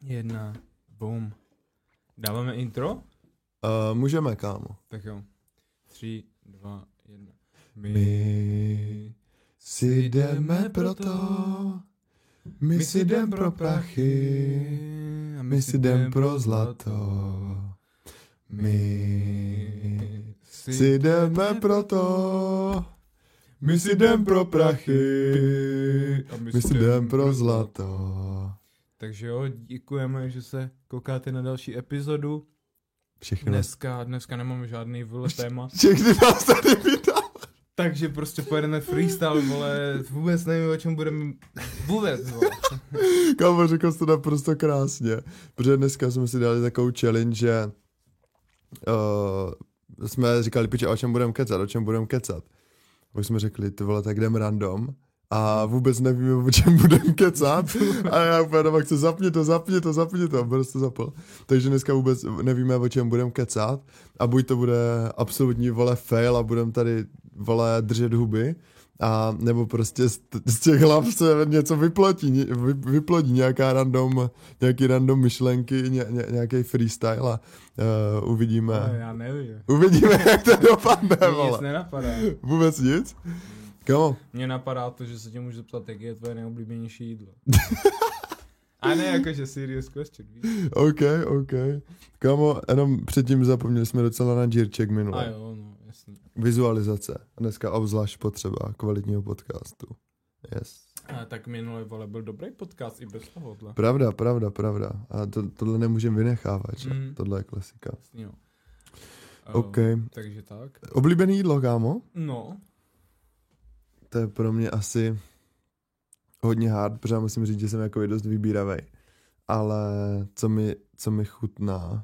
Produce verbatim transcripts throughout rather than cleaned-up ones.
Jedna, boom. Dáváme intro? Uh, můžeme, kámo. Tak jo. Tři, dva, jedna. My, my si jdeme pro to, my, my si jdem pro prachy, a my si jdem pro zlato. My si jdeme pro to, my si jdem pro prachy, a my si jdem pro zlato. Takže jo, děkujeme, že se koukáte na další epizodu. Všechno. Dneska, dneska nemáme žádný vole téma. Všechny nás tady vydal. Takže prostě pojedeme freestyle, vole, vůbec nevím, o čem budeme, vůbec, vole. Kámo, řekl jsi to naprosto krásně, protože dneska jsme si dali takovou challenge, že uh, jsme říkali, piče, o čem budeme kecat, o čem budeme kecat. Už jsme řekli, ty vole, tak jdem random. A vůbec nevíme, o čem budeme kecat. A já úplně doma chci, zapni to, zapni to, zapni to. Prostě to zapl. Takže dneska vůbec nevíme, o čem budeme kecat. A buď to bude absolutní, vole, fail a budeme tady, vole, držet huby. A nebo prostě z, z těch hlav se něco vyplotí, vy, vyplodí nějaká random, nějaký random myšlenky, ně, ně, nějaký freestyle a uh, uvidíme. No, já nevím. Uvidíme, jak to dopadne, Mě vole. nic nenapadá. Vůbec nic? Kámo. Mně napadá to, že se tě můžu zeptat, jak je tvoje nejoblíbenější jídlo. A ne jakože serious question, víš? OK, OK. Kámo, jenom předtím zapomněli jsme docela na džírček minule. A jo, no, jasný. Vizualizace. Dneska obzvlášť potřeba kvalitního podcastu. Yes. A tak minule, vole, byl dobrý podcast i bez tohohle. Pravda, pravda, pravda. A to, tohle nemůžeme vynechávat, že? Mm. Tohle je klasika. Jasný, jo. OK. Uh, takže tak. Oblíbený jídlo, kámo? No. To je pro mě asi hodně hard, protože já musím říct, že jsem jako dost vybíravej. Ale co mi, co mi chutná...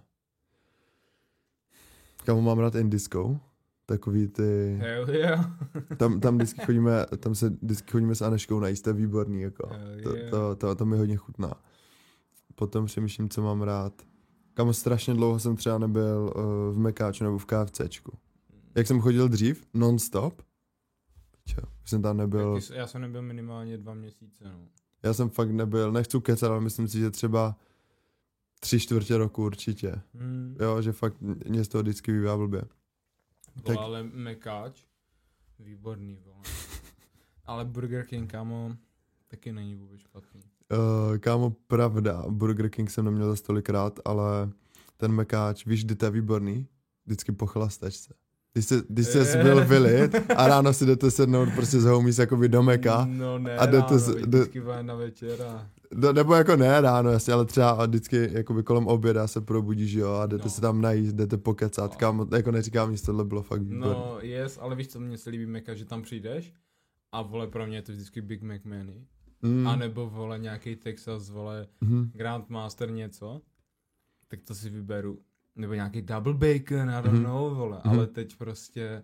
Kámo, mám rád indiskou. Takový ty... Hell yeah. tam, tam vždycky chodíme, tam se vždycky chodíme s Aneškou najíst, to je výborný, jako. To, to, to, to mi hodně chutná. Potom přemýšlím, co mám rád. Kámo, strašně dlouho jsem třeba nebyl uh, v Mekáču nebo v KFCčku. Jak jsem chodil dřív, non-stop, čo, jsem tam nebyl... Já jsem nebyl minimálně dva měsíce, no. Já jsem fakt nebyl, nechci kecat, ale myslím si, že třeba tři čtvrtě roku určitě. Hmm. Jo, že fakt mě z toho vždycky bývá blbě. Vole, Tak... ale Mekáč, výborný, vole. Ale Burger King, kámo, taky není vůbec špatný. Uh, kámo, pravda, Burger King jsem neměl za stolikrát, ale ten Mekáč, víš, kdy to je výborný? Vždycky po chlastačce. Když se, když se byl vylit a ráno si jdete sednout prostě z homies jakoby do Meka. No ne, a jdete ráno, z, vždycky jde... na večer a... Do, nebo jako ne ráno, jasně, ale třeba vždycky jakoby kolem oběda se probudíš, jo, a jdete no. se tam najíst, jdete pokecat, no. Kámo, jako neříkám nic, tohle bylo fakt výborný. No, yes, ale víš, co mě se líbí Meka, že tam přijdeš a vole, pro mě je to vždycky Big Mac Many. Mm. A nebo vole nějaký Texas, vole mm. Grandmaster něco, tak to si vyberu. Nebo nějaký double bacon, I don't mm. know, vole, mm. ale teď prostě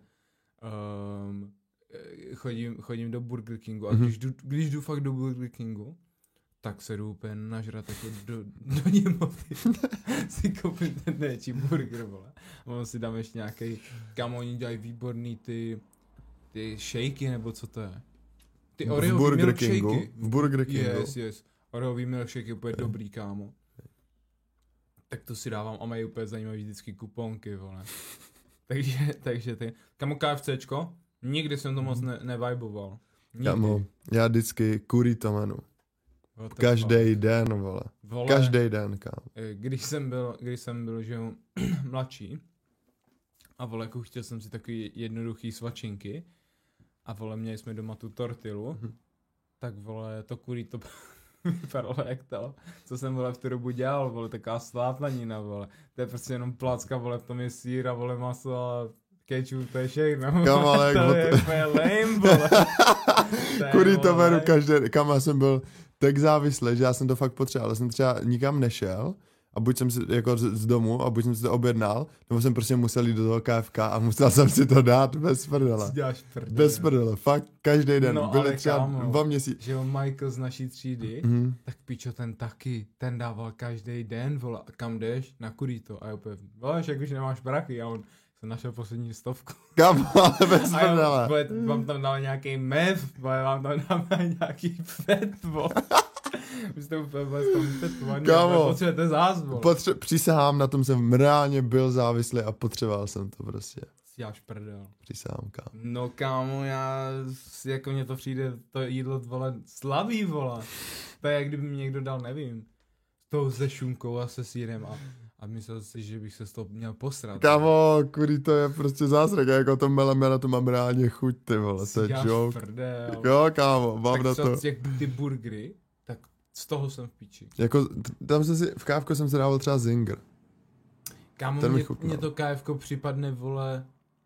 um, chodím, chodím do Burger Kingu a mm. když, jdu, když jdu fakt do Burger Kingu, tak se jdu úplně nažrat jako do, do němoty. si koupím ten nejčí burger, vole. A on si dám ještě nějaký, kam oni dělají výborný ty, ty shakey, nebo co to je? Ty Oreový milkshakey. V Burger Kingu? Yes, yes. Oreový milkshakey úplně okay. Dobrý, kámo. Tak to si dávám a mají úplně zajímavý vždycky kuponky, vole. takže, takže ty. Kámo, KFCčko? Nikdy jsem to moc ne, neviboval. Nikdy. Kámo, já vždycky curry to menu. Každý den, vole. vole. Každý den, kámo. Když jsem byl, když jsem byl, že jo, mladší a vole, jako chtěl jsem si takový jednoduchý svačinky a vole, měli jsme doma tu tortilu, mm-hmm. tak vole, to curry to vypadalo jak to, co jsem vole v tu dobu dělal, vole, taková slátanina, vole. To je prostě jenom placka, vole, v tom je sír a vole maso a ketchup, to je všechno. Kam, ale to je úplně lame, vole. Curry to beru každý, kam já jsem byl tak závislý, že já jsem to fakt potřeboval, ale jsem třeba nikam nešel a buď jsem si jako z, z domu a buď jsem si to objednal, nebo jsem prostě musel jít do toho K F K a musel jsem si to dát bez prdele. Bez prdele, fakt každý den, no, byly třeba kámo, dva měsíce. Že jo, Michael z naší třídy, mm-hmm. tak pičo ten taky, ten dával každý den, vole, a kam jdeš? Na kurito. A já úplně, vole, jak už nemáš prachy, a on jsem našel poslední stovku. Kam, ale bez prdele. A vám tam dal nějaký meth, vám tam dal nějaký fat, vole. Vy jste úplně bez tom tetování, Kámo, potřebujete zás, vole. Potře- přísahám, na tom jsem reálně byl závislý a potřeboval jsem to prostě. Jáš prdel. Přísahám, kámo. No kámo, já, jako mně to přijde, to jídlo, vole, slabý, vole. To je, jak kdyby mi někdo dal, nevím, tou se šunkou a se sýrem a, a myslel si, že bych se z toho měl posrat. Kámo, kurý, to je prostě zázrak, a jako to melem, já na to mám reálně chuť, ty vole, to je Jáš joke. prdel. Jo, kámo, mám tak na co, to. Jak ty burgery, tak z toho jsem v píči. Jako, t- tam jsem si, v kávku jsem si dával třeba Zinger. Kámo, Ten mi mě, chutnal. mě to KFko připadne, vole,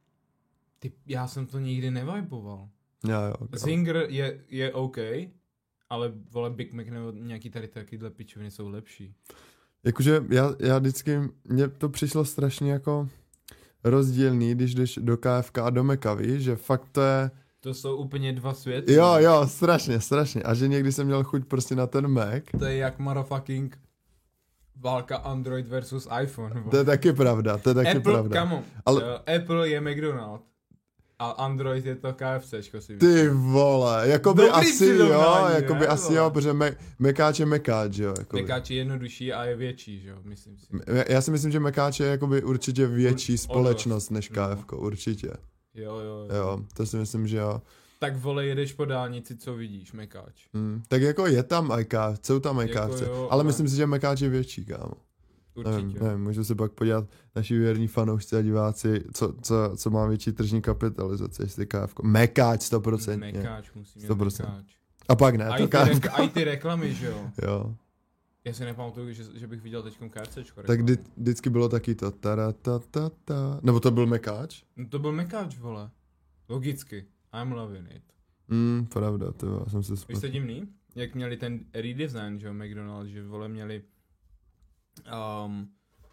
ty, já jsem to nikdy neviboval. Já, jo, kámo. Zinger je, je OK, ale vole Big Mac nebo nějaký tady takovýhle pičoviny jsou lepší. Jakože já, já vždycky, mně to přišlo strašně jako rozdílný, když jdeš do K F K a do Meka, víš, že fakt to je, To jsou úplně dva světy. jo, jo, strašně, strašně, a že někdy jsem měl chuť prostě na ten Mac, To je jak motherfucking válka Android versus iPhone. Vole. to je taky pravda, to je taky Apple, pravda. kamo, Ale- ale... Apple je McDonald a Android je to KFCčko si Ty vole, jakoby Dobrý asi jo, přirovnání, jakoby ne, asi vole. jo, protože me, Mekáč je Mekáč, jo. Jakoby. Mekáč je jednodušší a je větší, že jo, myslím si. Já- Já si myslím, že Mekáč je jakoby určitě větší Ur- společnost než no. K F K, určitě. Jo, jo, jo. Jo, to si myslím, že jo. Tak vole, jedeš po dálnici, co vidíš, Mekáč. Hmm. Tak jako je tam I K F C, jsou tam I K F C, Jako jo, ale ale- myslím si, že Mekáč je větší, kámo. Určitě. Nevím, nevím, můžu se pak podívat naši věrní fanoušci a diváci, co, co, co má větší tržní kapitalizaci, jestli K F K. Mekáč sto procent. Mekáč musí mít sto procent. Mekáč. A pak ne, A to i ty, K F K. rek- a i ty reklamy, že jo. Jo. Já si nepamatuju, že, že bych viděl teďkom KFCčko Tak reklamu. vždy, vždycky bylo taky to ta. Nebo to byl Mekáč? No to byl Mekáč, vole. Logicky. I'm loving it. Hmm, pravda, to jo, jsem se Víš, co spletl. divný? Jak měli ten redesign, že jo, McDonald's, že vole měli um,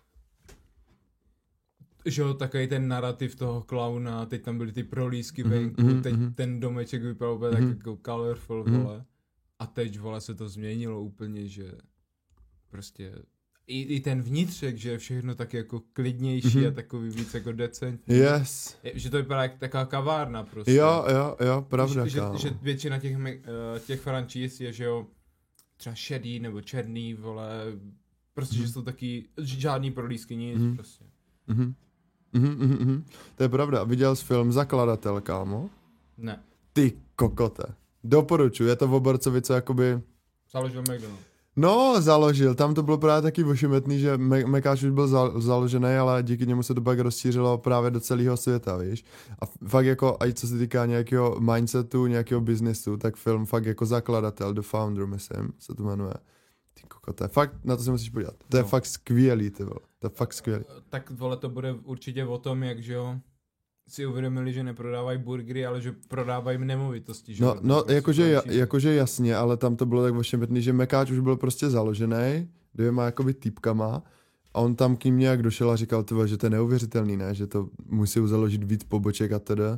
že jo, takový ten narrativ toho klauna, teď tam byly ty prolísky Mhm, venku, mhm, teď mhm. ten domeček vypadal úplně Mhm. tak jako colorful, Mhm. vole. A teď, vole, se to změnilo úplně, že prostě i, i ten vnitřek, že je všechno tak jako klidnější Mhm. a takový víc jako decentní. Yes. Je- Že to vypadá jak taková kavárna prostě. Jo, jo, jo, pravda, že, kámo. že, že většina těch, me- eh, těch franšíz je, že jo, třeba šedý nebo černý, vole, prostě, Mhm. že jsou taky žádný prolísky, nic, Mhm. prostě. Mhm. Mhm, mhm, mhm. To je pravda, viděl jsi film Zakladatel, kámo? Ne, Ty kokote. Doporučuji, je to v Oborcovi, co jakoby... založil McDonald. No, založil, tam to bylo právě taky ošimetný, že Me- Mekáč už byl za- založený, ale díky němu se to pak rozšířilo právě do celého světa, víš. A f- fakt jako, a i co se týká nějakého mindsetu, nějakého biznesu, tak film fakt jako Zakladatel, The Founder, myslím, se to jmenuje. Ty kokote, fakt, na to se musíš podívat. To je No. fakt skvělý, ty vole, to je fakt skvělý. Tak, vole, to bude určitě o tom, jak, že jo, si uvědomili, že neprodávají burgery, ale že prodávají nemovitosti, že No, jo. no Prostě jakože, ja- franšízy. jakože jasně, ale tam to bylo tak ošemetný, že Mekáč už byl prostě založený dvěma jakoby týpkama a on tam k ním nějak došel a říkal, tyhle, že to je neuvěřitelný, ne, že to musí založit víc poboček a teda.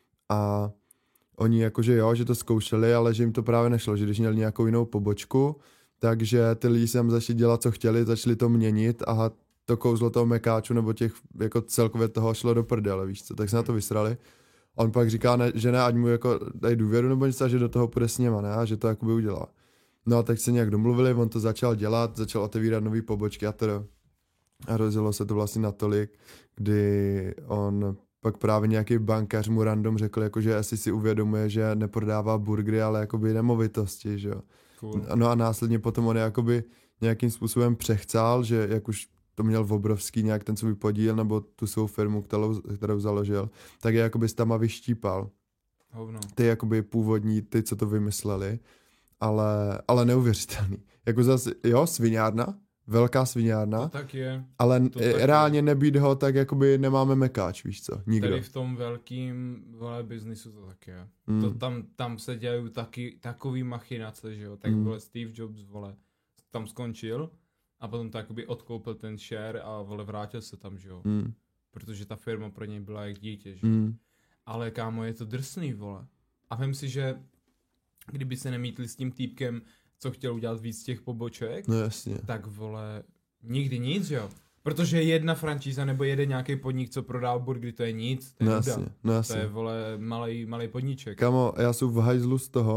A oni jakože jo, že to zkoušeli, ale že jim to právě nešlo, že když měli nějakou jinou pobočku, takže ty lidi sem začali dělat, co chtěli, začali to měnit a to kouzlo toho Mekáču nebo těch, jako celkově toho šlo do prdele, víš co, tak se na to vysrali. A on pak říká, ne, že ne, ať mu jako dají důvěru nebo něco, a že do toho půjde s něma, ne, a že to jakoby udělá. No a tak se nějak domluvili, on to začal dělat, začal otevírat nový pobočky a teda. A rozjelo se to vlastně natolik, kdy on pak právě nějaký bankař mu random řekl, jako, že asi si uvědomuje, že neprodává burgery, ale jakoby nemovitosti, že jo. Cool. No a následně potom on jakoby nějakým způsobem přechcál, že jak už to měl v obrovský nějak ten svůj podíl, nebo tu svou firmu, kterou, kterou založil, tak je jakoby s tama vyštípal. Hovno. Ty jakoby původní, ty, co to vymysleli, ale, ale neuvěřitelný. Jako zase, jo, sviňárna, velká sviňárna, To tak je. ale to tak je. reálně nebýt ho, tak jakoby nemáme Mekáč, víš co, nikdo. Tady v tom velkým, vole, biznisu to tak je. Mm. To tam, tam se dělají taky, takový machinace, že jo. Tak Mm. vole Steve Jobs, vole, tam skončil a potom to jakoby odkoupil ten share a vole vrátil se tam, že jo. Mm. Protože ta firma pro něj byla jak dítě, že jo. Mm. Ale kámo, je to drsný, vole. A vím si, že kdyby se nemítli s tím týpkem, co chtěl udělat víc těch poboček, No jasně. tak vole, nikdy nic, že jo. Protože jedna franšíza nebo jeden nějaký podnik, co prodá burgery, to je nic, to je No nuda. jasně, no To jasně. je, vole, malej, malej podniček. Kamo, já jsem v hajzlu z toho,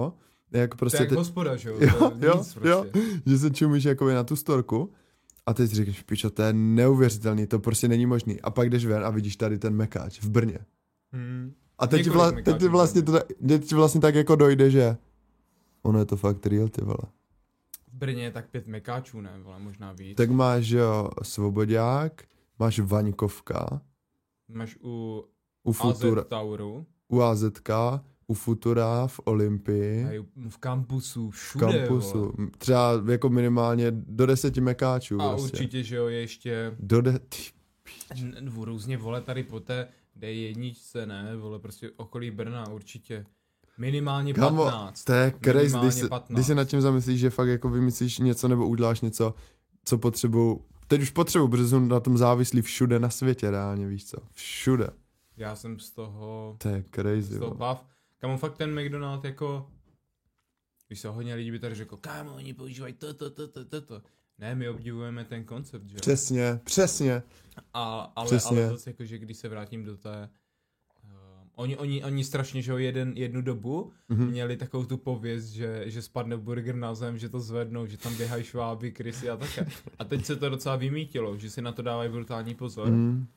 jako prostě to je jak teď, hospoda, že jo? jo, To je jo, nic prostě. jo, že se čumíš jakoby na tu storku a teď si říkáš, pičo, to je neuvěřitelný, to prostě není možný. A pak jdeš ven a vidíš tady ten mekáč v Brně. Hmm. A teď ti, Několik vla, teď ti mekáčů vlastně, v to, teď ti vlastně tak jako dojde, že ono je to fakt real, ty vole. V Brně je tak pět mekáčů, ne, vole, možná víc. Tak máš, jo, Svobodák, máš Vaňkovka, Máš u u Futura, A Z Toweru, u AZka, u Futura, v Olympii, a v kampusu, všude, kampusu. vole. Třeba jako minimálně do deseti mekáčů. A prostě. určitě, že jo, je ještě Do de... Ty, n- různě, vole, tady po té D jedničce, ne, vole, prostě okolí Brna, určitě. Minimálně Kamo, patnáct. to je crazy, Minimálně když, se- patnáct. když se nad tím zamyslíš, že fakt jako vymyslíš něco nebo uděláš něco, co potřebuju. Teď už potřebuju, protože jsem na tom závislý všude na světě reálně, víš co. Všude. Já jsem z toho, To je crazy. z toho vole. bav. Kamo, fakt ten McDonald jako, víš co, hodně lidí by tady řekl, kámo, oni používají to, to, to, to, to, to. Ne, my obdivujeme ten koncept, že jo. Přesně, přesně. A, ale, Přesně. ale zase jako, že když se vrátím do té, uh, oni, oni, oni strašně, že jo, jeden, jednu dobu Mhm. měli takovou tu pověst, že, že spadne burger na zem, že to zvednou, že tam běhají šváby, krysy a také. A teď se to docela vymítilo, že si na to dávají brutální pozor. Mhm.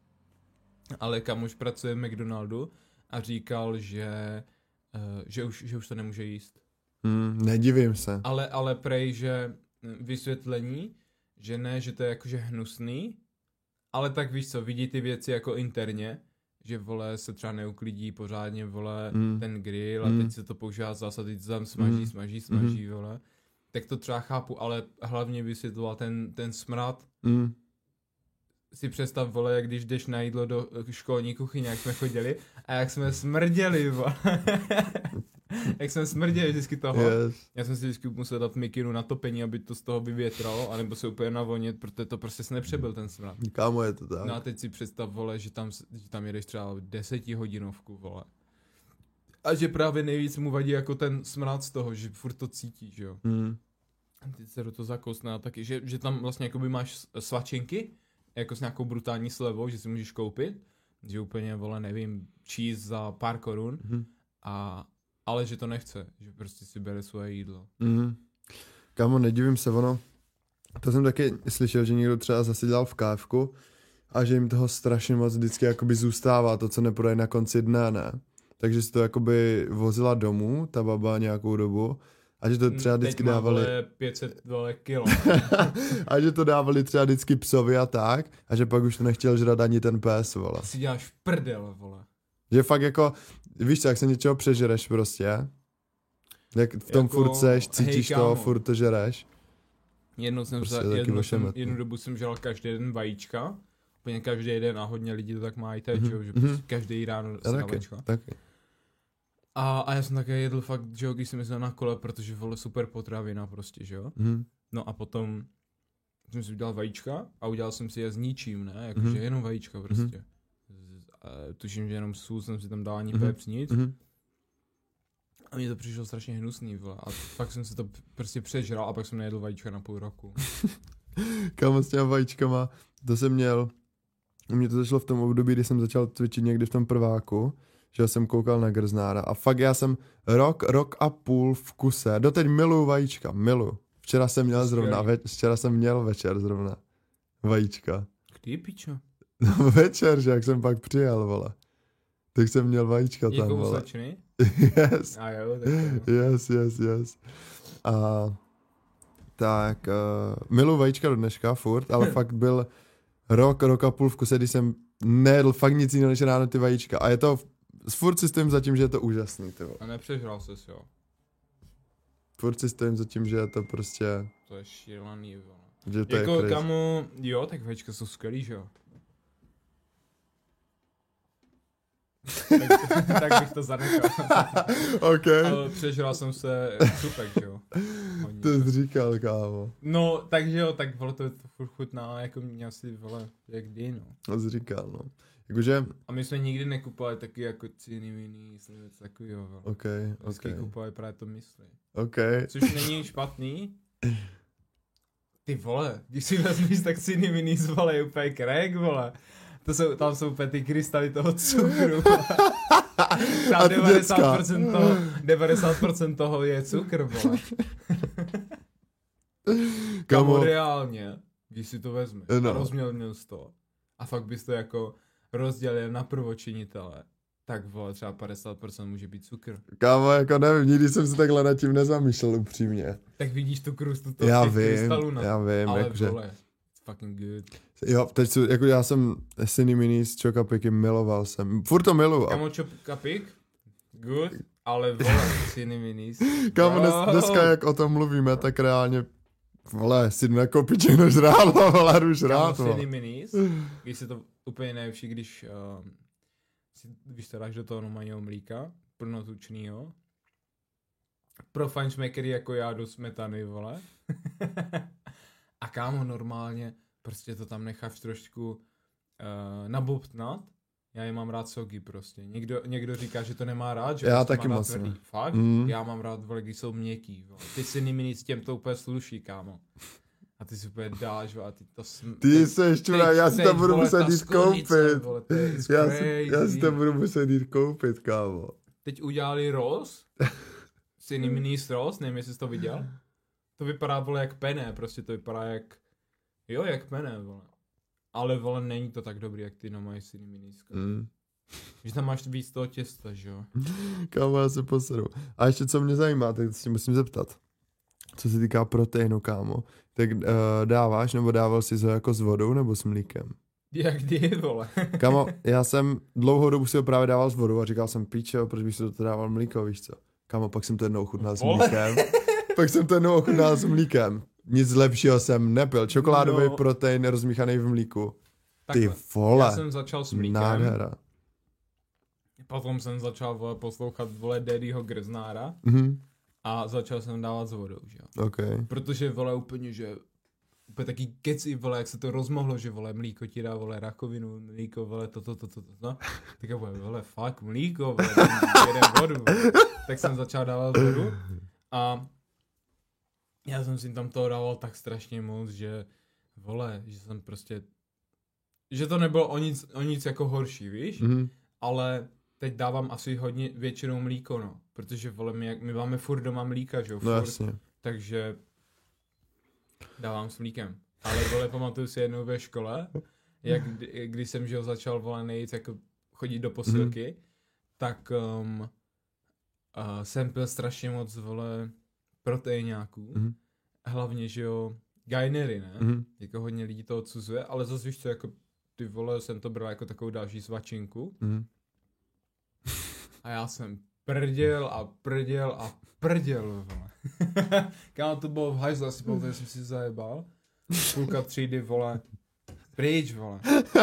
Ale kamuž pracuje v McDonaldu a říkal, že, uh, že, už, že už to nemůže jíst. Mhm. Nedivím se. Ale, ale prej, že vysvětlení, že ne, že to je jakože hnusný, ale tak víš co, vidí ty věci jako interně, že vole se třeba neuklidí pořádně, vole, Mm. ten grill a Mm. teď se to používá zase, teď se tam smaží, Mm. smaží, smaží, vole. Tak to třeba chápu, ale hlavně vysvětloval ten, ten smrad. Mhm. Si představ, vole, jak když jdeš na jídlo do školní kuchyně, jak jsme chodili a jak jsme smrděli, vole. Jak jsme smrděli vždycky toho. Yes. Já jsem si vždycky musel dát mikinu na topení, aby to z toho vyvětralo, anebo se úplně navonit, protože to prostě se nepřebyl ten smrad. Kámo, je to tak. No a teď si představ, vole, že tam, že tam jedeš třeba desetihodinovku, vole. A že právě nejvíc mu vadí jako ten smrad z toho, že furt to cítí, že jo. Mhm. A teď se do toho zakousne a taky, že, že tam vlastně jakoby máš svačinky, jako s nějakou brutální slevou, že si můžeš koupit, že úplně, vole, nevím, cheese za pár korun, Mhm. a, ale že to nechce, že prostě si bere svoje jídlo. Mhm. Kámo, nedivím se, ono. To jsem taky slyšel, že někdo třeba zase dělal v kávku a že jim toho strašně moc vždycky jakoby zůstává, to, co neprodají na konci dne, ne? Takže si to jakoby vozila domů, ta baba nějakou dobu, a že to třeba vždycky Teď má, dávali... vole, pět set vole, kilo. a že to dávali třeba vždycky psovi a tak, a že pak už to nechtěl žrat ani ten pes, vole. Si děláš prdel, vole. Že fakt jako, víš co, jak se něčeho přežereš prostě, jak v tom Jako, furt seš, hej, cítíš kámo. to, furt to žereš. Jednou jsem, Prostě za, taky jednou, jsem ošemetný. jednu dobu jsem žral každý den vajíčka, úplně každý den a hodně lidí to tak má i teď, Mhm, mm-hmm. že mhm. prostě každý ráno Já si na taky, vajíčka. taky. A, a já jsem také jedl fakt, že jo, když jsem jezdil na kole, protože vole super potravina prostě, že jo. Mhm. No a potom jsem si udělal vajíčka a udělal jsem si je s ničím, ne, jakože Mhm. jenom vajíčka prostě. A tuším, že jenom sůl jsem si tam dal ani Mhm. pepř, nic. Mhm. A mně to přišlo strašně hnusný, vole. A pak jsem se to p- prostě přežral a pak jsem nejedl vajíčka na půl roku. Kámo, s těma vajíčkama, to jsem měl, u mě to začalo v tom období, kdy jsem začal cvičit někdy v tom prváku, že jsem koukal na Grznára a fakt já jsem rok, rok a půl v kuse, doteď miluju vajíčka, miluju. Včera jsem měl zrovna, ve, včera jsem měl večer zrovna vajíčka. Kdy, pičo? No večer, že jak jsem pak přijel, vole. Tak jsem měl vajíčka tam, Jako vole. oslačený? Yes. A jo, tak jo. Yes, yes, yes. A tak, uh, miluji vajíčka do dneška, furt, ale fakt byl rok, rok a půl v kuse, kdy jsem nejedl fakt nic jiného než ráno ty vajíčka. A je to, furt si stojím za tím, že je to úžasný, ty vole. A nepřežral ses, jo. Furt si stojím za tím, že je to prostě, To je šílený, vole. že to Jako je crazy. kamu, jo, tak vajíčka jsou skvělý, že jo. tak, tak bych to zanechal. OK, Ale přežral jsem se supek, že jo. Hodně. to jsi říkal, kámo. No, takže jo, tak vole, to, to furt chutná, jako mě asi, vole, jak kdy, no. To jsi říkal, no. Jakože, A my jsme nikdy nekupovali taky jako cíny viny, jestli něco takového, vole. OK, Vždycky OK, kupovali právě to mysli. OK. Což není špatný. Ty vole, když si vezmeš, tak cíny viny vole, je úplně krek, vole. To jsou, tam jsou úplně ty krystaly toho cukru, vole. Tam devadesát procent toho, devadesát procent toho je cukr, vole. Kamo, reálně, když si to vezmeš no. a rozmělnil jsi to a fakt bys to jako rozdělil na prvočinitele, tak vole, třeba padesát procent může být cukr. Kámo, jako nevím, nikdy jsem se takhle nad tím nezamýšlel upřímně. Tak vidíš tu krustu toho já těch vím, krystalů na já vím, ale jakože... vole, it's fucking good. Jo, teď jsou, jako já jsem Cinny Minis, Chocapicy miloval jsem, furt to miluju. Kámo, Chocapic, good, ale vole, Cinny Minis. Kámo, dnes, dneska jak o tom mluvíme, tak reálně, vole, si jdu nakoupit všechno žrát, vole, už rád. Kámo, Cinny Minis, když se to úplně nejlepší, když, uh, si, když to dáš do toho normálního mlíka, plnotučnýho, pro fajnšmekery jako já do smetany, vole. A kámo, normálně prostě to tam necháš trošku uh, nabobtnat. Já je mám rád sogy prostě. Někdo, někdo říká, že to nemá rád, že já prostě taky má moc tvrdý. ne. Fakt? Mm. Já mám rád, vole, když jsou měkký. Vole. Ty si nimi s těm to úplně sluší, kámo. A ty si úplně dáš, vole, a ty to sm... Ty se ještě, já si to budu muset jít koupit. Vole, já, si, já si to budu muset jít koupit, kámo. Teď udělali roz. Cinny Minis roz, nevím, jestli jsi to viděl. To vypadá, vole, jak pene, prostě to vypadá jak... Jo, jak pene, vole. Ale, vole, není to tak dobrý, jak ty na mají Cinny Minis. Mm. Že tam máš víc toho těsta, že jo? Kámo, já se posedu. A ještě co mě zajímá, tak si musím zeptat. Co se týká proteinu, kámo. Tak uh, dáváš, nebo dával jsi ho jako s vodou, nebo s mlíkem? Jak kdy, vole? Kámo, já jsem dlouhou dobu si ho právě dával s vodou a říkal jsem, píčo, proč bych si to dával mlíko, víš co? Kámo, pak jsem to jednou ochutnal s mlíkem. Pak jsem to jednou ochutnal s mlíkem. Nic lepšího jsem nepil. Čokoládový no. protein rozmíchaný v mlíku. Ty vole. Já jsem začal s mlíkem. Nádhera. Potom jsem začal, vole, poslouchat, vole, Daddyho Grznára. Mm-hmm. A začal jsem dávat s vodou, že jo. Okay. Protože, vole, úplně, že úplně taky keci, vole, jak se to rozmohlo, že, vole, mlíko ti dá, vole, rakovinu, mlíko, vole, toto, toto, toto, to. Tak já vole, vole, fuck, mlíko, vole, jedem vodu. Tak jsem začal dávat vodu a já jsem si tam toho dával tak strašně moc, že, vole, že jsem prostě, že to nebylo o nic, o nic jako horší, víš, mm-hmm. ale teď dávám asi hodně většinou mlíko, no, protože, vole, my, my máme furt doma mlíka, že jo, furt, no, jasně. Takže dávám s mlíkem. Ale, vole, pamatuju si jednou ve škole, jak kdy, když jsem, že ho začal, vole, nejít jako chodit do posilky, mm. tak um, uh, jsem pil strašně moc, vole, proteináků. Mm. Hlavně, že jo, gainery, ne? Mm. Jako hodně lidí to odsuzuje, ale zase víš co, jako ty vole, jsem to bral jako takovou další svačinku. Mm. A já jsem prděl a prděl a prděl, vole. Kámo, to bylo v hajzle, asi pamatuju, jsem si zajebal. Půlka třídy, vole. Pryč, vole.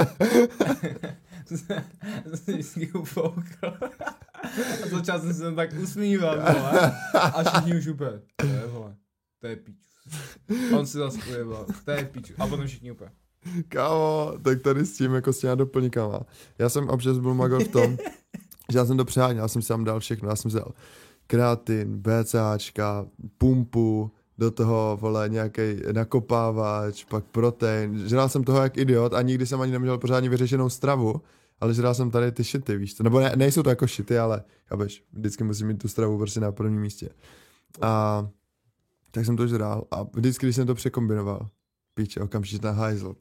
Jsem si vždycky ufoukal. A začal jsem se tak usmívat, vole. A všichni už úplně, to je, vole, to je píču. On si zase ujebal, to je píču. A potom všichni úplně. Kámo, tak tady s tím jako s těma doplňkama. Já jsem občas byl magor v tom, že já jsem to přeháněl, já jsem si tam dal všechno, já jsem vzal kreatin, BCAčka, pumpu, do toho, vole, nějaký nakopávač, pak protein. Žral jsem toho jak idiot a nikdy jsem ani neměl pořádně vyřešenou stravu, ale žral jsem tady ty šity, víš co? Nebo ne, nejsou to jako šity, ale chápeš, vždycky musím mít tu stravu prostě na prvním místě. A tak jsem to žral a vždycky, když jsem to překombinoval, píče, okamžitě na hajzl.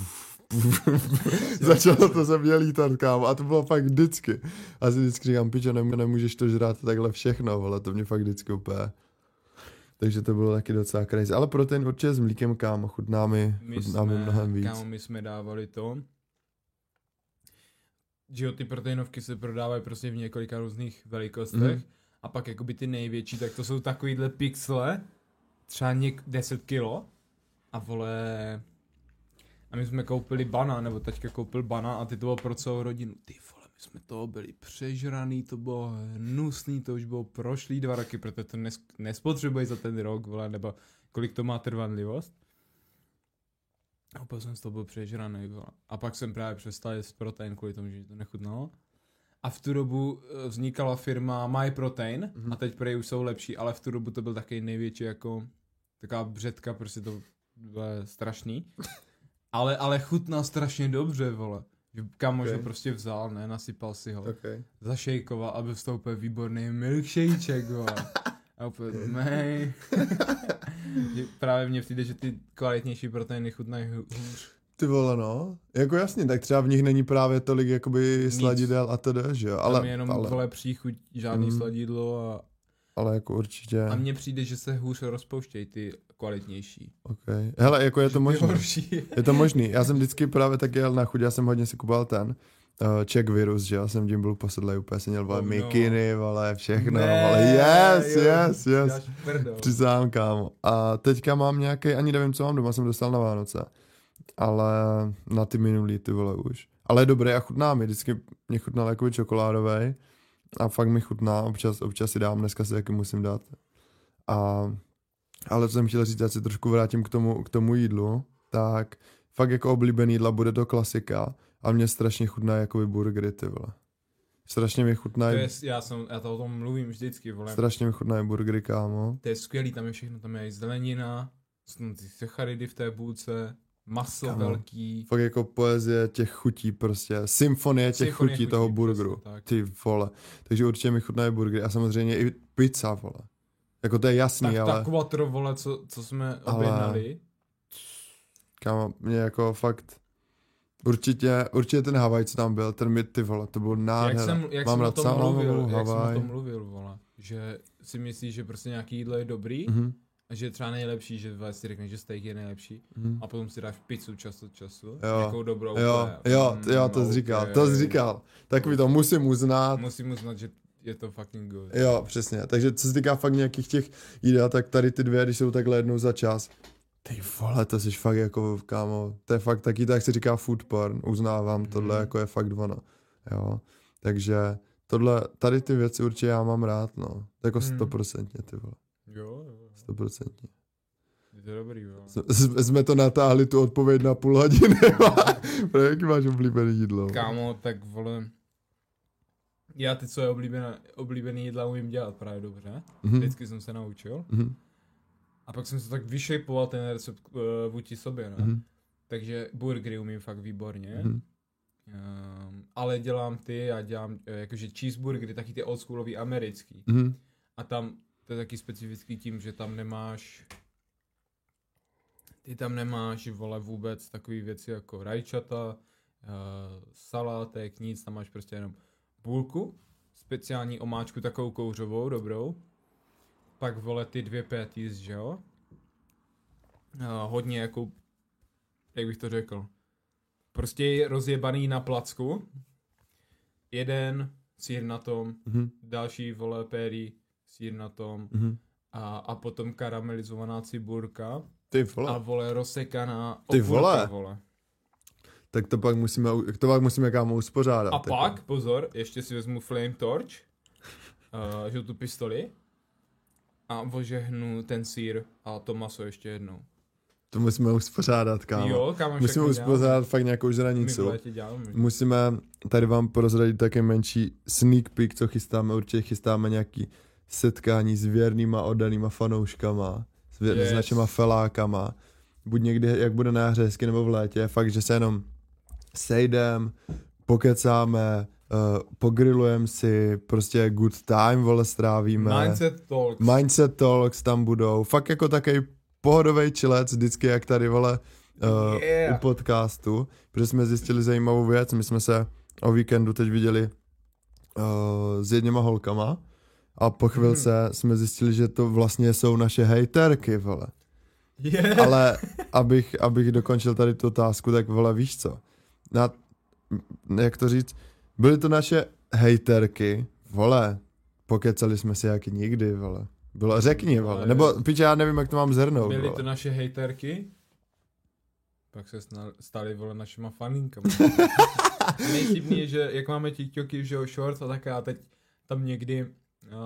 Začalo to ze mě lítat, kámo, a to bylo fakt vždycky. A si vždycky říkám, pičo, nemůžeš to žrát takhle všechno, vole, to mě fakt vždycky úplně. Takže to bylo taky docela crazy. Ale protein určitě s mlíkem, kámo, chutná mi, chutná mi mnohem víc. Kámo, my jsme dávali to, že jo, ty proteinovky se prodávají prostě v několika různých velikostech mm. a pak jakoby ty největší, tak to jsou takovýhle pixle, třeba něk deset kilo a vole... A my jsme koupili bana, nebo teďka koupil bana a ty to bylo pro celou rodinu. Ty vole, my jsme toho byli přežraný, to bylo hnusný, to už bylo prošlý dva roky, protože to nes, nespotřebuješ za ten rok, vole, nebo kolik to má trvanlivost. A pak jsem z toho byl přežraný, vole. A pak jsem právě přestal jíst protein kvůli tomu, že to nechutnalo. A v tu dobu vznikala firma MyProtein mm-hmm. a teď prej už jsou lepší, ale v tu dobu to byl taky největší jako taková břetka, prostě to bylo strašný. Ale, ale chutná strašně dobře, vole. Kámoš Okay. ho prostě vzal, ne, nasypal si ho, Okay. zašejkoval, aby vstoupil výborný milkshakeček, vole. A úplně, mej. Právě mně přijde, že ty kvalitnější proteiny chutnají hůř. Ty vole, no. Jako jasně, tak třeba v nich není právě tolik jakoby sladidel a tedy, že jo. Ale, tam je jenom ale, vole příchuť, žádný Mm. sladidlo a, ale jako určitě. a mně přijde, že se hůř rozpouštějí ty kvalitnější. Okay. Hele, jako je to možný. Horší. Je to možný. Já jsem vždycky právě tak jel na chuť, já jsem hodně si kupoval ten uh, Czech virus, že já jsem tím byl posedlej, úplně jsem měl vole Oh, no. mikiny, vole, všechno, Ne, vole, yes, jo, yes, yes. dáš prdel. Přisám, kámo. A teďka mám nějaký, ani nevím, co mám doma, jsem dostal na Vánoce. Ale na ty minulý, ty vole, už. Ale je dobré a chutná mi, vždycky mě chutnal jakoby čokoládovej a fakt mi chutná, občas, občas si dám, dneska si taky musím dát. A, ale co jsem chtěl říct, já se trošku vrátím k tomu, k tomu jídlu, tak fakt jako oblíbený jídla bude to klasika, a mě strašně chutná jakoby burgery, ty vole. Strašně mi chutnají, To je, já, jsem, já to o tom mluvím vždycky, vole. strašně mi chutnají burgery, kámo. To je skvělý, tam je všechno, tam je i zelenina, jsou tam ty sacharidy v té bůlce, maso Kámo. velký. Fakt jako poezie těch chutí prostě, symfonie těch Symfonie chutí chutí, toho přesně burgeru, tak. ty vole. Takže určitě mi chutnají burgery a samozřejmě i pizza, vole. Jako to je jasný, Tak ale ta quattro, vole, co, co jsme Ale- objednali. kámo, mě jako fakt určitě, určitě ten Havaj, co tam byl, ten mi, ty vole, to byl Jak nádhera. jsem, jak Mám jsem o rád tom mluvil, salámovou jak jsem o Havaj. tom mluvil, vole, že si myslíš, že prostě nějaký jídlo je dobrý Mhm, a že je třeba nejlepší, že vole, si řekneš, že steak je nejlepší mhm. a potom si dáš pizzu čas od času, Jo. nějakou dobrou. Jo, úplně, jo, mm, jo, to jsi říkal, to jsi říkal. Takový to musím uznat. Musím uznat, že je to fucking good. Jo, přesně. Takže co se týká fakt nějakých těch jídel, tak tady ty dvě, když jsou takhle jednou za čas, ty vole, to jsi fakt jako, kámo, to je fakt taky, tak se říká food porn, uznávám, mm. tohle jako je fakt ono, jo. Takže tohle, tady ty věci určitě já mám rád, no. Jako Mm. stoprocentně, ty vole, Jo, jo, stoprocentně. je to dobrý, jo. S- Jsme to natáhli tu odpověď na půl hodiny, pro jaký máš oblíbený jídlo? Kámo, tak vole, já ty, co je oblíbené, oblíbený jídla, umím dělat právě dobře. Mhm, Vždycky jsem se naučil. mhm, A pak jsem se tak vyšejpoval ten recept uh, vůči sobě, ne? mhm, Takže burgery umím fakt výborně. mhm. Um, ale dělám ty, já dělám uh, jakože cheeseburgery, taky ty oldschoolový americký. Mhm. A tam to je taky specifický tím, že tam nemáš ty tam nemáš, vole, vůbec takový věci jako rajčata, uh, salátek, nic, tam máš prostě jenom půlku, speciální omáčku takovou kouřovou, dobrou, pak, vole, ty dvě patties, že jo? Uh, hodně jako, jak bych to řekl, prostě je rozjebaný na placku, jeden sýr na tom, Mhm, další, vole, péry, sýr na tom, mhm. a, a potom karamelizovaná cibulka Ty a, vole, vole, rozsekaná Ty okurka, vole. vole. tak to pak musíme, to pak musíme kámo uspořádat. A jako. pak, pozor, ještě si vezmu flame torch, uh, žlutou pistoli a ožehnu ten sýr a to maso ještě jednou. To musíme uspořádat, kámo. Jo, kámo, Musíme všechno uspořádat fakt nějakou děláme. My v žranicu. létě děláme. Musíme tady vám prozradit také menší sneak peek, co chystáme. Určitě chystáme nějaký setkání s věrnýma, oddanýma fanouškama, s, vě- Yes. s našima felákama. Buď někdy, jak bude na jaře hezky, nebo v létě. Fakt, že se jenom sejdem, pokecáme, uh, pogrilujeme si, prostě good time, vole, strávíme. Mindset Talks. Mindset Talks tam budou. Fakt jako takový pohodovej chillec, vždycky jak tady, vole, uh, Yeah. u podcastu, protože jsme zjistili zajímavou věc. My jsme se o víkendu teď viděli uh, s jedněma holkama a po chvilce Mhm. jsme zjistili, že to vlastně jsou naše hejterky, vole. Yeah. Ale abych, abych dokončil tady tu otázku, tak vole, víš co? Na, jak to říct? Byly to naše hejterky, vole, pokecali jsme si jak nikdy, vole. Bylo, řekni, vole. Ale- Nebo, piče, já nevím, jak to mám zhrnout, Byly vole. to naše hejterky, pak se sna- stali, vole, našima faninkama. Nejchybný je, že jak máme TikToky, že jo, shorts a tak a teď tam někdy uh,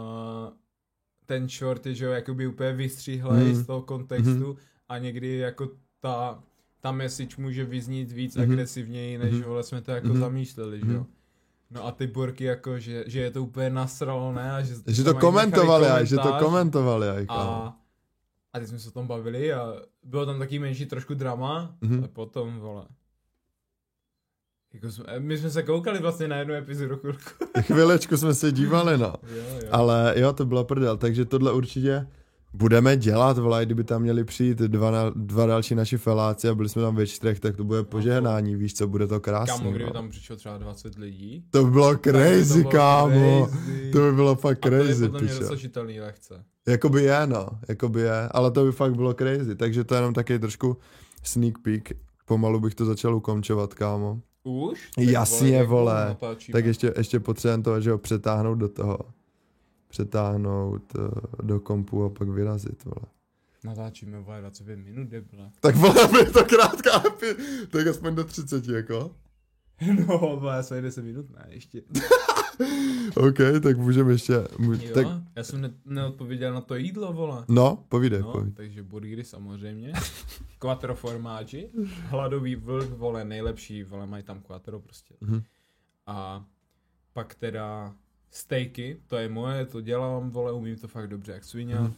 ten short je, že jo, jakoby úplně vystříhlej Mhm. z toho kontextu Mhm. a někdy jako ta, ta message může vyznít víc Mhm. agresivněji, než Mhm. vole jsme to jako Mhm. zamýšleli, že jo. No a ty borky jako, že, že je to úplně nasralo, ne? A že, Že tam to mají komentovali, nechali aj, že to komentář. komentovali, aj, kámo. A, a teď jsme se o tom bavili a bylo tam taky menší trošku drama, Mhm. a potom, vole, Jako jsme, my jsme se koukali vlastně na jednu epizodu chvilku. Chvilečku jsme se dívali, no. Jo, jo. Ale jo, to byla prdel, takže tohle určitě budeme dělat, vole, kdyby tam měli přijít dva, na, dva další naši feláci a byli jsme tam ve čtyřech, tak to bude požehnání, víš co, bude to krásné. Kámo, kdyby no. tam přišlo třeba dvacet lidí. To by bylo crazy, to bylo kámo. crazy. To by bylo fakt crazy, A to je podle mě pičo. dosažitelný lehce. Jakoby je, no, jakoby je, ale to by fakt bylo crazy, takže to je jenom taky trošku sneak peek, pomalu bych to začal ukončovat, kámo. Už? Jasně, vole, natáčíme. tak ještě, ještě potřebujeme to, že ho přetáhnout do toho, přetáhnout uh, do kompu a pak vyrazit, vole. Natáčíme, vole, dvacet pět minut, debile. Tak vole, je to krátká, tak aspoň do třiceti, jako. No, vole, jsme deset minut, ne, ještě. OK, tak můžeme ještě, můž, Jo, tak, já jsem ne- neodpověděl na to jídlo, vole. no, povídej, No, povídej. takže burgery samozřejmě, quattro formaggi, hladový vlk, vole, nejlepší, vole, mají tam quattro prostě. Mhm. A pak teda steaky, to je moje, to dělám, vole, umím to fakt dobře, jak svině. Mhm.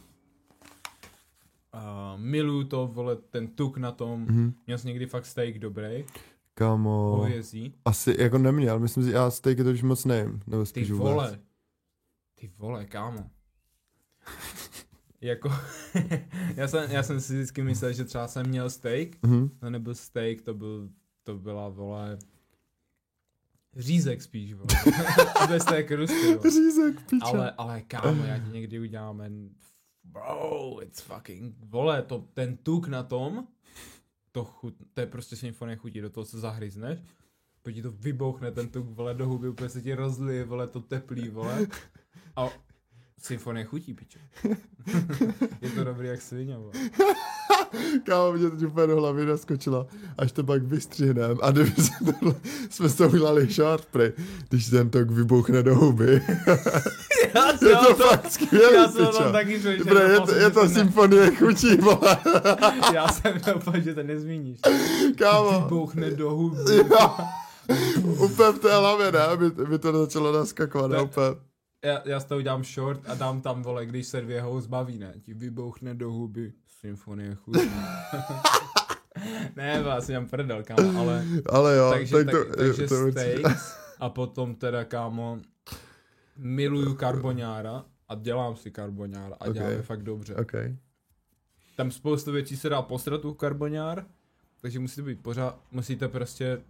A miluju to, vole, ten tuk na tom, Mhm. měl jsi někdy fakt steak dobrý, Kámo, hovězí. asi jako neměl, myslím si, já steaky to už moc nejím, nebo Ty spíš vůbec. vole, ty vole, kámo. Jako, já, jsem, já jsem si vždycky myslel, že třeba jsem měl steak, Mhm. to nebyl steak, to, byl, to byla, vole, řízek spíš, vole. Bez té krusty, vole. Řízek, piča. Ale, ale kámo, já ti někdy udělám en... Bro, it's fucking... Vole, to, ten tuk na tom, to, chut, to je prostě symfonie chutí, do toho se zahryzneš, pak ti to vybouchne ten tuk, vole, do huby, úplně se ti rozlije, vole, to teplý, vole. A symfonie chutí, piče. Je to dobrý jak svině, vole. Kámo, mě teď úplně do hlavy naskočila, až to pak vystřihnem a kdyby se tohle, jsme s tou udělali short, prej, když ten tok vybouchne do huby. Já Je to to, fakt skvělý, já jsem pičo. tam taky přešel. Bre, je, to, je to symfonie chutí, vole. Já jsem doufal, že to nezmíníš. Kámo. Vybouchne do huby. Jo. Úplně v té hlavě, ne? By, by to začalo naskakovat, ne? Úplně. Já, já z toho udělám short a dám tam, vole, když se dvě house baví, ne? Ti vybouchne do huby. Symfonie chutí. Ne, vás jsem prdel, kámo, ale... Ale jo, takže tak tak, to, takže to, to steaks a potom teda, kámo, miluju carboniara a dělám si carboniara a Ok. dělám je fakt dobře. OK. Tam spoustu věcí se dá posrat u carboniár, takže musíte být pořád, musíte prostě...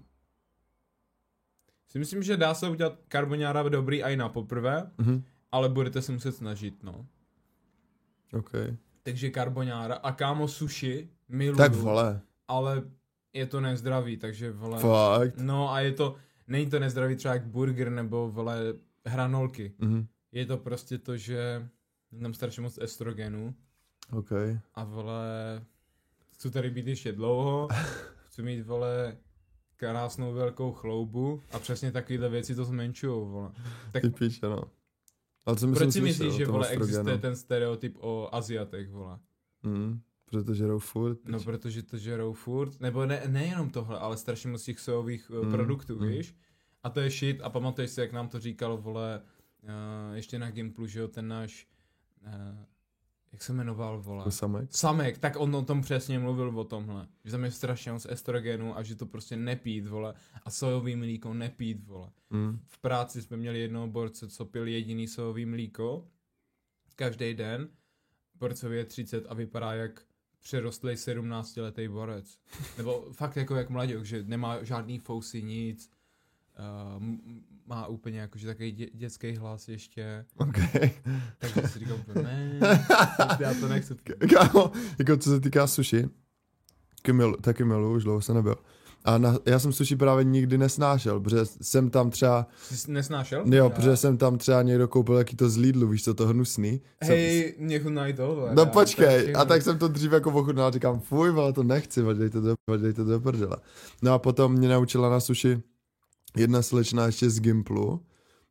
Si myslím, že dá se udělat carboniara dobrý i na poprvé, Mhm. ale budete se muset snažit, no. OK. Takže carboniara a kámo sushi miluju, Tak vole. ale je to nezdravý, takže vole... Fakt. No a je to, není to nezdravý třeba jak burger nebo vole hranolky. Mhm. Je to prostě to, že mám strašně moc estrogenu OK. a vole, chci tady být ještě dlouho, chci mít vole krásnou velkou chloubu a přesně takovýhle věci to zmenšujou, vole. Tak Ty píče, no. Ale co proč si slyšel myslíš, o že tom vole estrogenu? existuje ten stereotyp o Aziatech, vole? Mhm. Protože žerou furt. No, pič. protože to žerou furt, nebo ne, nejenom tohle, ale strašně moc těch sojových uh, Mm, produktů, mm. víš? A to je shit a pamatuješ si, jak nám to říkal, vole, uh, ještě na Gimplu, že jo, ten náš, uh, jak se jmenoval, vole? Jako samek. Samek, tak on o tom přesně mluvil o tomhle, že tam je strašně moc estrogenu a že to prostě nepít, vole, a sojový mlíko nepít, vole. Mm. V práci jsme měli jednoho borce, co pil jediný sojový mlíko, každý den, borcovi je třicet a vypadá jak přerostlej sedmnáctiletý borec. Nebo fakt jako jak mladěk, že nemá žádný fousy, nic. Uh, m- má úplně jakože takový dě- dětský hlas ještě. OK. Takže si říkám, ne, já to nechci. Kámo, jako co se týká sushi, taky milu, taky milu, už dlouho se nebyl. A na, já jsem sushi právě nikdy nesnášel, protože jsem tam třeba, Jsi nesnášel? jo, Já. protože jsem tam třeba někdo koupil jaký to z Lidlu, víš co, to hnusný. Hej, mě chutnají to, vole. No já- počkej, tak- a tak jsem to dřív jako ochutnal a říkám, fuj, ale to nechci, dejte to, dejte to do prdele. No a potom mě naučila na sushi jedna slečna ještě z Gimplu. Uh,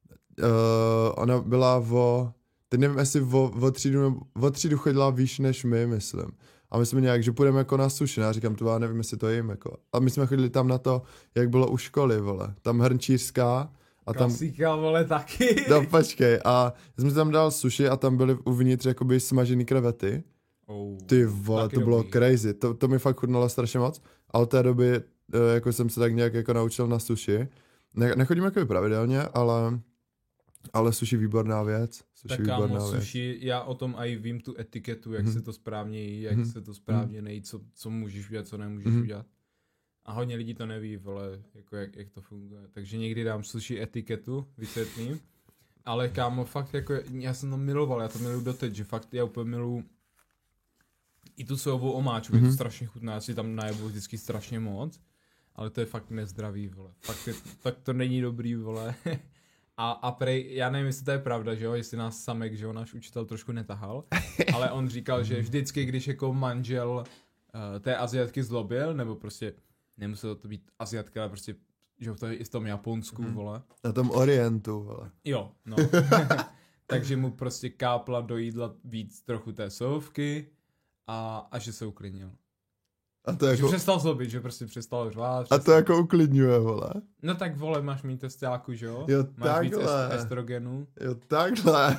ona byla o, teď nevím, jestli o, o, třídu, o třídu chodila výš než my, myslím. A my jsme nějak, že půjdeme jako na sushi, já říkám, to já nevím, jestli to jim, jako. A my jsme chodili tam na to, jak bylo u školy, vole. Tam hrnčířská a tam... Klasika, vole, taky. No počkej, a já jsem si tam dal sushi a tam byly uvnitř jakoby smažený krevety. Oh, Ty vole, taky to bylo dobrý. crazy, to, to mi fakt chutnalo strašně moc. A od té doby jako jsem se tak nějak jako naučil na sushi. Ne, nechodím jako pravidelně, ale, ale sushi výborná věc. Sushi tak výborná kámo, věc. sushi, já o tom i vím tu etiketu, jak Mhm. se to správně jí, jak Mhm. se to správně nejí, co, co můžeš udělat, co nemůžeš Mhm. udělat. A hodně lidí to neví, vole, jako jak, jak to funguje. Takže někdy dám sushi etiketu, vysvětlím. Ale kámo, fakt jako, já jsem to miloval, já to miluju doteď, že fakt já úplně miluju i tu sojovou omáčku, mm-hmm. je to Mhm. strašně chutná, já si tam najebu vždycky strašně moc, ale to je fakt nezdravý, vole. Fakt, je, fakt to není dobrý, vole. A, a prej, já nevím, jestli to je pravda, že jo, jestli nás Samek, že jo, náš učitel trošku netahal, ale on říkal, že vždycky, když jako manžel uh, té Asiatky zlobil, nebo prostě nemuselo to být Asiatka, ale prostě, že jo, to je i v tom Japonsku, Mhm. vole. Na tom Orientu, vole. Jo, no. Takže mu prostě kápla do jídla víc trochu té sojovky a, a že se uklidnil. A to Že jako, přestal zlobit, že prostě přestal řvát. a Přestal... to jako uklidňuje, vole. No tak vole, máš mít testiáku, že jo? Jo, Máš víc takhle. est- estrogenů. Jo, takhle.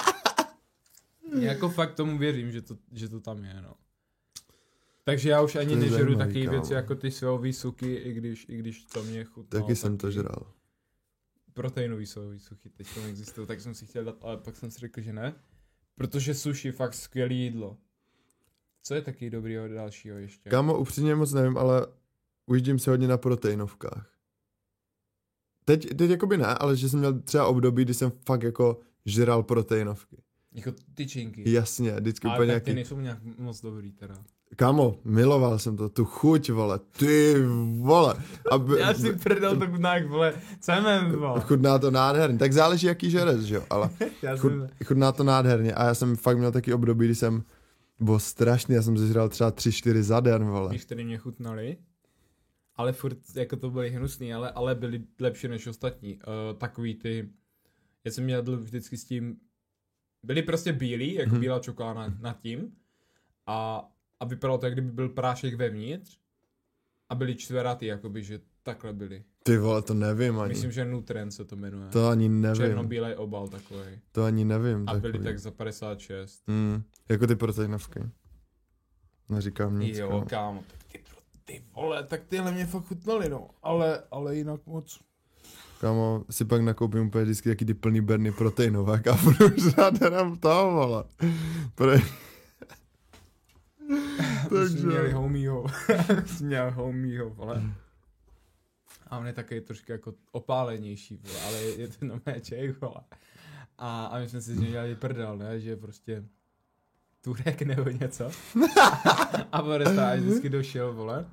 Jako fakt tomu věřím, že to, že to tam je, no. Takže já už ani To je nežeru zajímavý, takové kámo. věci jako ty sojové suky, i když, i když to mě chutnalo. Taky jsem to žral. Proteinový sojový suky, teď to existuje, tak jsem si chtěl dát, ale pak jsem si řekl, že ne. Protože sushi je fakt skvělé jídlo. Co je taky dobrýho dalšího ještě? Kámo, upřímně moc nevím, ale ujíždím se hodně na proteinovkách. Teď, teď jakoby ne, ale že jsem měl třeba období, kdy jsem fakt jako žral proteinovky. Jako tyčinky. Jasně, vždycky Ale úplně tak ty nějaký... nejsou nějak moc dobrý teda. Kámo, miloval jsem to, tu chuť, vole, ty vole. A b- Já si prdel to chutná jak, vole, cement, vole. chutná to nádherně, tak záleží jaký žerec, že jo, ale Já chut, jsem... chutná to nádherně a já jsem fakt měl taky období, kdy jsem, bylo strašný, já jsem zežral třeba tři čtyři za den, vole. Víš, který mě chutnali, ale furt jako to byly hnusný, ale, ale byly lepší než ostatní. Uh, takový ty, já jsem měl vždycky s tím, byly prostě bílí, jako Mhm. bílá čokoláda nad tím a, a vypadalo to, jak kdyby byl prášek vevnitř a byly čtveratý, jakoby, že takhle byly. Ty vole, to nevím ani. Myslím, že Nutrien se to jmenuje. To ani nevím. Černobílej obal takový. To ani nevím. A byly takový. tak za padesát šest. Mm, jako ty proteinovky. Neříkám nic. Jo, kámo. kámo, tak ty, ty vole, tak tyhle mě fakt chutnaly, no. Ale, ale jinak moc. Kámo, si pak nakoupím úplně vždycky taky ty plný berny proteinovek a budu žrát jenom toho, vole. Pre... Takže... Jsme měli Takže... homího. Jsme měli homího, vole. A on je taky trošku jako opálenější, vole, ale je, je to nové Čech, vole. A, a my jsme si z něj dělali prdel, ne, že prostě Turek nebo něco. A Boresta vždycky došel, vole.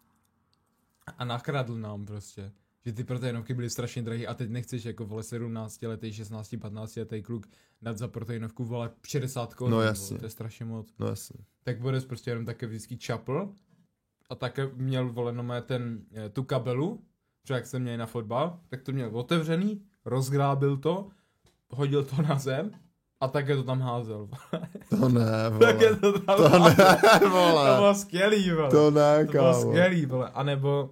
A nakradl nám prostě. Že ty proteinovky byly strašně drahý a teď nechceš jako, vole, sedmnáctiletý, šestnáct, patnáctiletý kluk dát za proteinovku, vole, šedesát korun. No vole, jasně. to je strašně moc. No jasně. Tak Boris prostě jenom také vždycky čapl a také měl, vole, no ten, tu kabelu, že jak jsem měl na fotbal, tak to měl otevřený, rozgrábil to, hodil to na zem a také to tam házel. To ne, vole. Také to tam To házel. ne, vole. To bylo skvělý, vole. To ne, To bylo kámo. skvělý, vole. A nebo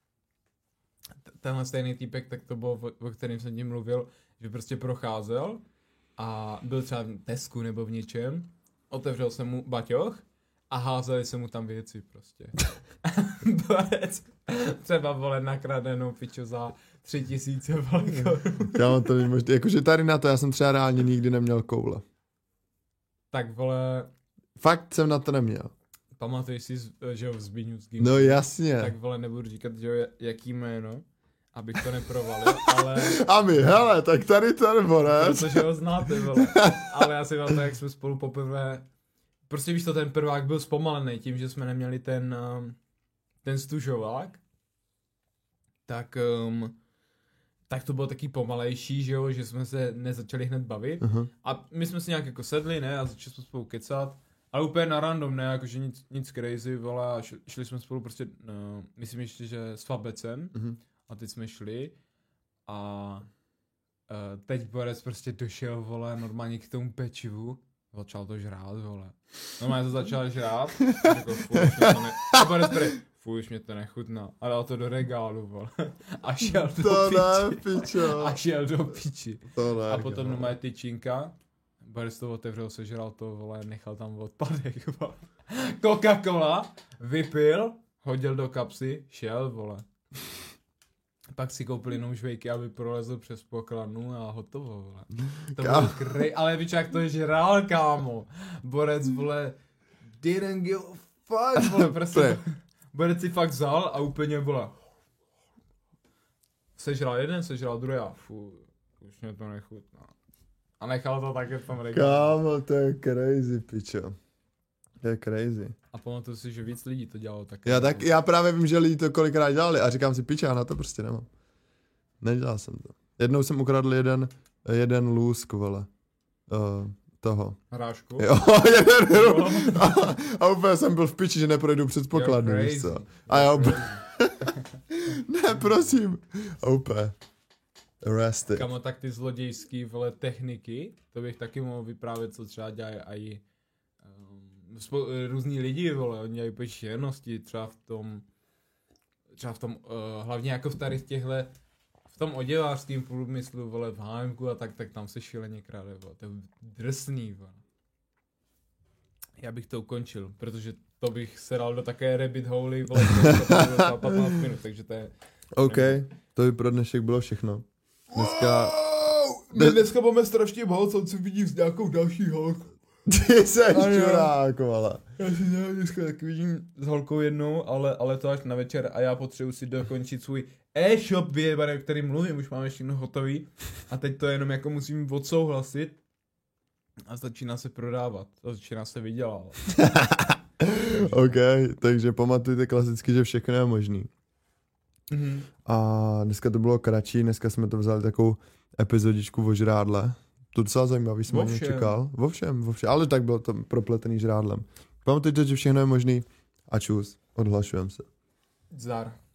t- tenhle stejný týpek, tak to bylo, o, o kterém jsem tím mluvil, že prostě procházel a byl třeba v Tesku nebo v něčem, otevřel se mu baťoch a házeli se mu tam věci prostě. Borec třeba, vole, nakradenou piču za tři tisíce, vole, korun. Kámo, to není možné. Jakože tady na to já jsem třeba reálně nikdy neměl koule. Tak, vole, Fakt jsem na to neměl. pamatuješ si, že jo, v Zbíňu z No jasně. Tak, vole, nebudu říkat, že jo, jaký jméno, abych to neprovalil, ale... A my, hele, tak tady ten borec. Protože ho znáte, vole. Ale já si vám to, jak jsme spolu poprvé... Prostě víš to, ten prvák byl zpomalený tím, že jsme neměli ten, um, ten stužovák. Tak, um, tak to bylo taky pomalejší, že jo, že jsme se nezačali hned bavit. Uh-huh. A my jsme si nějak jako sedli, ne, a začali jsme spolu kecat. Ale úplně na random, ne, jakože nic, nic crazy, vole, a šli, šli jsme spolu prostě, no, myslím ještě, že s Fabecem. Uh-huh. A teď jsme šli a uh, teď Borec prostě došel, vole, normálně k tomu pečivu. Začal to žrát, vole. Normálně to začal žrát. A řekl, fuj, už mě to ne... A Borec prý, fuj, už mě to nechutná. A dal to do regálu, vole. A šel do To ne, piči. pičo. A šel do piči. To ne, A potom kámo. normálně tyčinka. Borec to otevřel, sežral to, vole, nechal tam odpadek, vole. Coca-Cola, vypil, hodil do kapsy, šel, vole. Pak si koupil jenom žvejky, aby prolezl přes pokladnu a hotovo, vole. To bylo krej, ale víš, jak to žrál, kámo. Borec, vole, didn't give a fuck, vole, prostě. Borec si fakt vzal a úplně, vole, sežral jeden, sežral druhý a fů, už mě to nechutná. A nechal to také v tom regálu. Kámo, to je crazy, pičo. To je crazy. A pamatuju si, že víc lidí to dělalo taky. Já, tak, já právě vím, že lidi to kolikrát dělali a říkám si, piče, já na to prostě nemám. Nedělal jsem to. Jednou jsem ukradl jeden, jeden lůzk, vole. Uh, toho. Hrášku? Jo, jeden lůzk. A, a úplně jsem byl v piči, že neprojdu přes pokladnu, víš co. A já úplně... ne, prosím. A úplně... Arrested. Kamo, tak ty zlodějský, vole, techniky, to bych taky mohl vyprávět, co třeba dělají i um, spo- různý lidi, vole, oni dělají úplně šílenosti, třeba v tom, třeba v tom, uh, hlavně jako v tady v těchhle, v tom oděvářském průmyslu, vole, v há emku a tak, tak tam se šíleně kráde, vole, to je drsný, vole. Já bych to ukončil, protože to bych se dal do také rabbit hole, vole, to patnáct minut, takže to je... OK, to by pro dnešek bylo všechno. Dneska... My dneska máme strašně málo, co si vidím s nějakou další holkou. Ty seš čurák, vole. Já si dneska tak vidím s holkou jednou, ale, ale to až na večer a já potřebuji si dokončit svůj e-shop, vyjebaný, o kterým mluvím, už máme všechno hotový. A teď to jenom jako musím odsouhlasit a začíná se prodávat, a začíná se vydělávat. OK, takže pamatujte klasicky, že všechno je možný. Mm-hmm. A dneska to bylo kratší, dneska jsme to vzali takovou epizodičku o žrádle. To docela zajímavý, jsem ani čekal. Vo všem, vo všem, ale tak bylo to propletený žrádlem. Pamatujte, že všechno je možný a čus, odhlašujem se. Zdar.